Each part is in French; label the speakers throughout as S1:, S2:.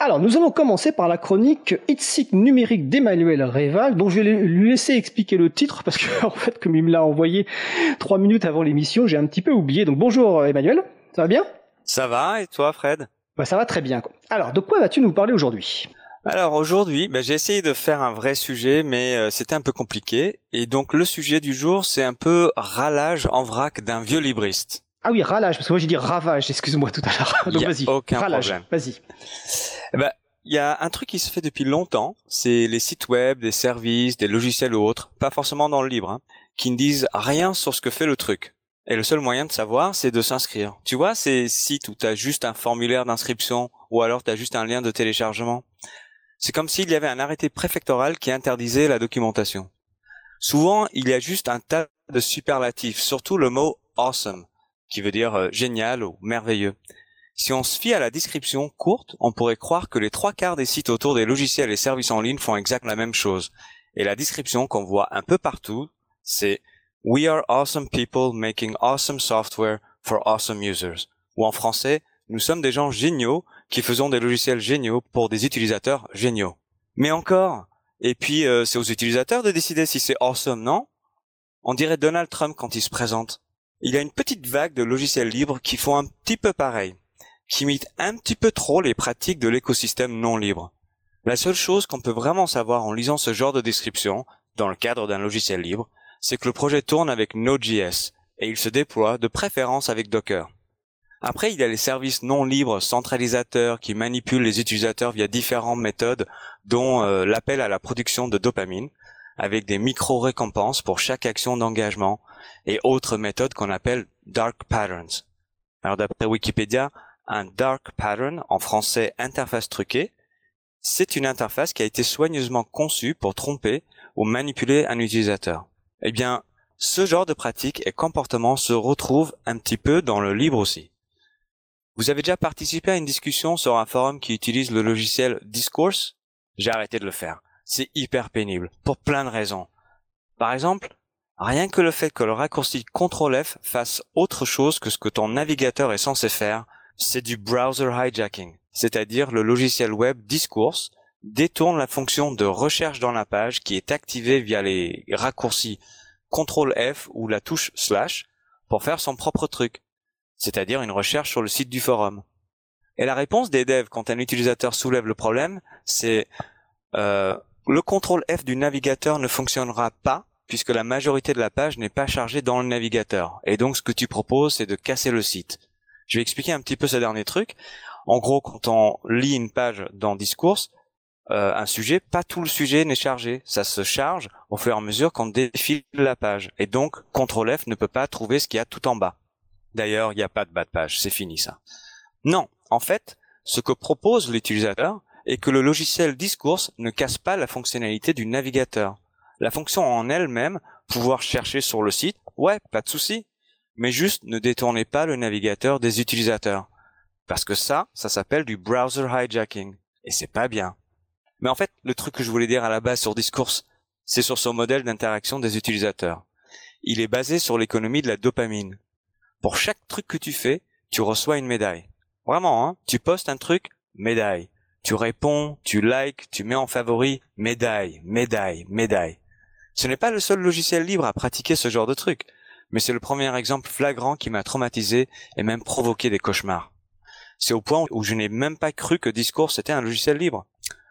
S1: Alors, nous allons commencer par la chronique Itzik numérique d'Emmanuel Réval, dont je vais lui laisser expliquer le titre, parce que, en fait, comme il me l'a envoyé 3 minutes avant l'émission, j'ai un petit peu oublié. Donc, bonjour Emmanuel, ça va bien?
S2: Ça va, et toi, Fred?
S1: Ça va très bien. Alors, de quoi vas-tu nous parler aujourd'hui?
S2: Alors aujourd'hui, j'ai essayé de faire un vrai sujet, mais c'était un peu compliqué. Et donc le sujet du jour, c'est un peu râlage en vrac d'un vieux libriste.
S1: Ah oui, râlage, parce que moi j'ai dit ravage, excuse-moi tout à l'heure.
S2: Il
S1: Donc
S2: y a
S1: vas-y,
S2: aucun
S1: râlage,
S2: problème.
S1: vas-y.
S2: Eh ben, il y a un truc qui se fait depuis longtemps, c'est les sites web, des services, des logiciels ou autres, pas forcément dans le livre, qui ne disent rien sur ce que fait le truc. Et le seul moyen de savoir, c'est de s'inscrire. Tu vois, ces sites où tu as juste un formulaire d'inscription ou alors tu as juste un lien de téléchargement. C'est comme s'il y avait un arrêté préfectoral qui interdisait la documentation. Souvent, il y a juste un tas de superlatifs, surtout le mot awesome, qui veut dire génial ou merveilleux. Si on se fie à la description courte, on pourrait croire que les 3/4 des sites autour des logiciels et services en ligne font exactement la même chose. Et la description qu'on voit un peu partout, c'est We are awesome people making awesome software for awesome users. Ou en français, nous sommes des gens géniaux qui faisons des logiciels géniaux pour des utilisateurs géniaux. Mais encore, et puis c'est aux utilisateurs de décider si c'est awesome, non? On dirait Donald Trump quand il se présente. Il y a une petite vague de logiciels libres qui font un petit peu pareil, qui imitent un petit peu trop les pratiques de l'écosystème non libre. La seule chose qu'on peut vraiment savoir en lisant ce genre de description, dans le cadre d'un logiciel libre, c'est que le projet tourne avec Node.js, et il se déploie de préférence avec Docker. Après, il y a les services non libres centralisateurs qui manipulent les utilisateurs via différentes méthodes, dont l'appel à la production de dopamine, avec des micro-récompenses pour chaque action d'engagement, et autres méthodes qu'on appelle dark patterns. Alors d'après Wikipédia, un dark pattern, en français interface truquée, c'est une interface qui a été soigneusement conçue pour tromper ou manipuler un utilisateur. Eh bien, ce genre de pratique et comportement se retrouve un petit peu dans le libre aussi. Vous avez déjà participé à une discussion sur un forum qui utilise le logiciel Discourse? J'ai arrêté de le faire. C'est hyper pénible, pour plein de raisons. Par exemple, rien que le fait que le raccourci CTRL-F fasse autre chose que ce que ton navigateur est censé faire, c'est du browser hijacking. C'est-à-dire le logiciel web Discourse détourne la fonction de recherche dans la page qui est activée via les raccourcis CTRL-F ou la touche / pour faire son propre truc, c'est-à-dire une recherche sur le site du forum. Et la réponse des devs quand un utilisateur soulève le problème, c'est le CTRL F du navigateur ne fonctionnera pas puisque la majorité de la page n'est pas chargée dans le navigateur. Et donc ce que tu proposes, c'est de casser le site. Je vais expliquer un petit peu ce dernier truc. En gros, quand on lit une page dans Discourse, un sujet, pas tout le sujet n'est chargé. Ça se charge au fur et à mesure qu'on défile la page. Et donc, CTRL F ne peut pas trouver ce qu'il y a tout en bas. D'ailleurs, il n'y a pas de bas de page, c'est fini ça. Non, en fait, ce que propose l'utilisateur est que le logiciel Discourse ne casse pas la fonctionnalité du navigateur. La fonction en elle-même, pouvoir chercher sur le site, ouais, pas de souci, mais juste ne détournez pas le navigateur des utilisateurs. Parce que ça s'appelle du browser hijacking, et c'est pas bien. Mais en fait, le truc que je voulais dire à la base sur Discourse, c'est sur son modèle d'interaction des utilisateurs. Il est basé sur l'économie de la dopamine. Pour chaque truc que tu fais, tu reçois une médaille. Vraiment, tu postes un truc, médaille. Tu réponds, tu likes, tu mets en favori, médaille, médaille, médaille. Ce n'est pas le seul logiciel libre à pratiquer ce genre de truc, mais c'est le premier exemple flagrant qui m'a traumatisé et même provoqué des cauchemars. C'est au point où je n'ai même pas cru que Discourse était un logiciel libre.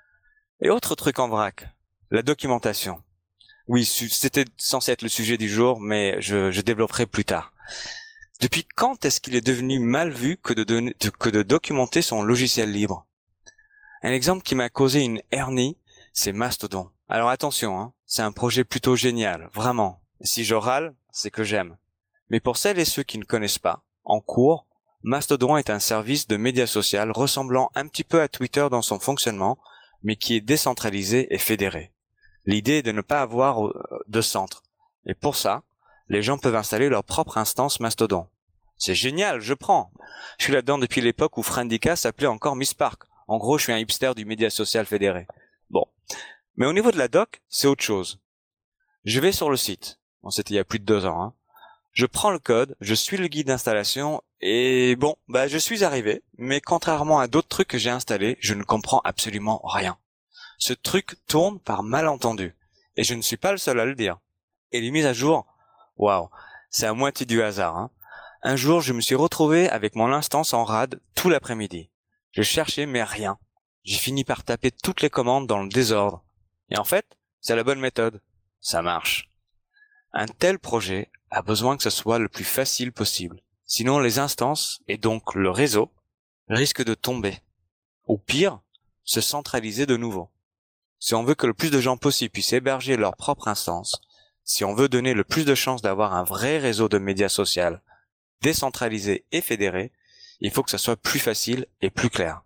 S2: Et autre truc en vrac, la documentation. Oui, c'était censé être le sujet du jour, mais je développerai plus tard. Depuis quand est-ce qu'il est devenu mal vu que de documenter son logiciel libre? Un exemple qui m'a causé une hernie, c'est Mastodon. Alors attention, c'est un projet plutôt génial, vraiment. Si je râle, c'est que j'aime. Mais pour celles et ceux qui ne connaissent pas, en cours, Mastodon est un service de média social ressemblant un petit peu à Twitter dans son fonctionnement, mais qui est décentralisé et fédéré. L'idée est de ne pas avoir de centre. Et pour ça, les gens peuvent installer leur propre instance Mastodon. C'est génial, je prends. Je suis là-dedans depuis l'époque où Friendica s'appelait encore Miss Park. En gros, je suis un hipster du média social fédéré. Bon. Mais au niveau de la doc, c'est autre chose. Je vais sur le site. Bon, c'était il y a plus de 2 ans, Je prends le code, je suis le guide d'installation Et bon, je suis arrivé, mais contrairement à d'autres trucs que j'ai installés, je ne comprends absolument rien. Ce truc tourne par malentendu, et je ne suis pas le seul à le dire. Et les mises à jour, waouh, c'est à moitié du hasard, hein. Un jour, je me suis retrouvé avec mon instance en rade tout l'après-midi. Je cherchais, mais rien. J'ai fini par taper toutes les commandes dans le désordre. Et en fait, c'est la bonne méthode. Ça marche. Un tel projet a besoin que ce soit le plus facile possible. Sinon, les instances, et donc le réseau, risquent de tomber. Ou pire, se centraliser de nouveau. Si on veut que le plus de gens possible puissent héberger leur propre instance, si on veut donner le plus de chances d'avoir un vrai réseau de médias sociaux, décentralisé et fédéré, il faut que ça soit plus facile et plus clair.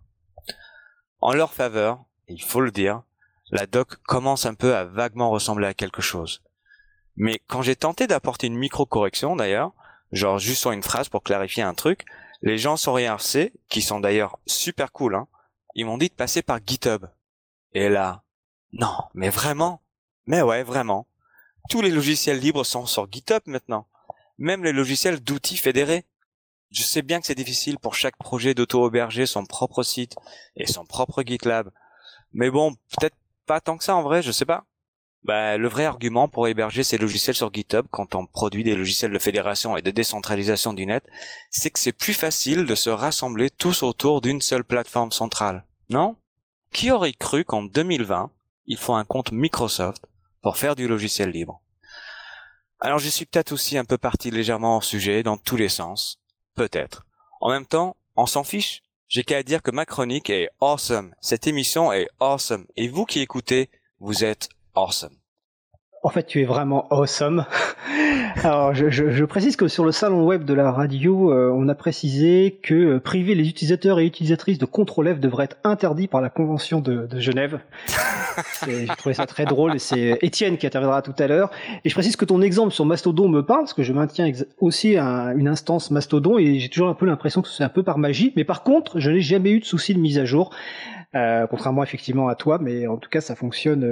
S2: En leur faveur, il faut le dire, la doc commence un peu à vaguement ressembler à quelque chose. Mais quand j'ai tenté d'apporter une micro-correction d'ailleurs, genre juste sur une phrase pour clarifier un truc, les gens sur IRC, qui sont d'ailleurs super cool, hein, ils m'ont dit de passer par GitHub. Et là, non, mais vraiment? Mais ouais, vraiment. Tous les logiciels libres sont sur GitHub maintenant. Même les logiciels d'outils fédérés. Je sais bien que c'est difficile pour chaque projet d'auto-héberger son propre site et son propre GitLab. Mais bon, peut-être pas tant que ça en vrai, je sais pas. Le vrai argument pour héberger ces logiciels sur GitHub quand on produit des logiciels de fédération et de décentralisation du net, c'est que c'est plus facile de se rassembler tous autour d'une seule plateforme centrale. Non? Qui aurait cru qu'en 2020, il faut un compte Microsoft pour faire du logiciel libre? Alors je suis peut-être aussi un peu parti légèrement hors sujet dans tous les sens. Peut-être. En même temps, on s'en fiche. J'ai qu'à dire que ma chronique est awesome. Cette émission est awesome. Et vous qui écoutez, vous êtes awesome.
S1: En fait, tu es vraiment awesome. Alors, je précise que sur le salon web de la radio, on a précisé que priver les utilisateurs et utilisatrices de Ctrl F devrait être interdit par la Convention de Genève. J'ai trouvé ça très drôle et c'est Étienne qui interviendra tout à l'heure. Et je précise que ton exemple sur Mastodon me parle, parce que je maintiens aussi une instance Mastodon et j'ai toujours un peu l'impression que c'est un peu par magie. Mais par contre, je n'ai jamais eu de souci de mise à jour. Contrairement effectivement à toi, mais en tout cas ça fonctionne.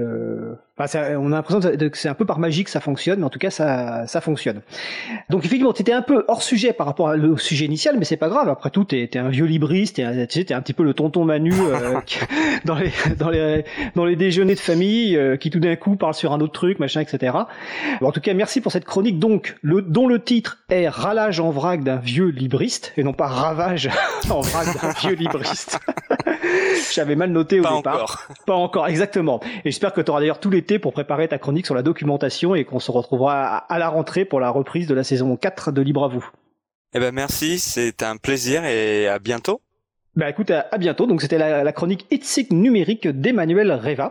S1: On a l'impression que c'est un peu par magie que ça fonctionne, mais en tout cas ça fonctionne. Donc effectivement, tu étais un peu hors sujet par rapport au sujet initial, mais c'est pas grave. Après tout, t'es un vieux libriste, t'es un petit peu le tonton Manu dans les déjeuners de famille qui tout d'un coup parle sur un autre truc, machin, etc. Bon, en tout cas, merci pour cette chronique donc dont le titre est Ralage en vrac d'un vieux libriste et non pas Ravage en vrac d'un vieux libriste. J'avais mal noté au départ. Pas encore, exactement. Et j'espère que tu auras d'ailleurs tout l'été pour préparer ta chronique sur la documentation et qu'on se retrouvera à la rentrée pour la reprise de la saison 4 de Libre à vous.
S2: Eh ben merci, c'est un plaisir et à bientôt.
S1: Écoute, à bientôt. Donc c'était la chronique ITSIC numérique d'Emmanuel Reva.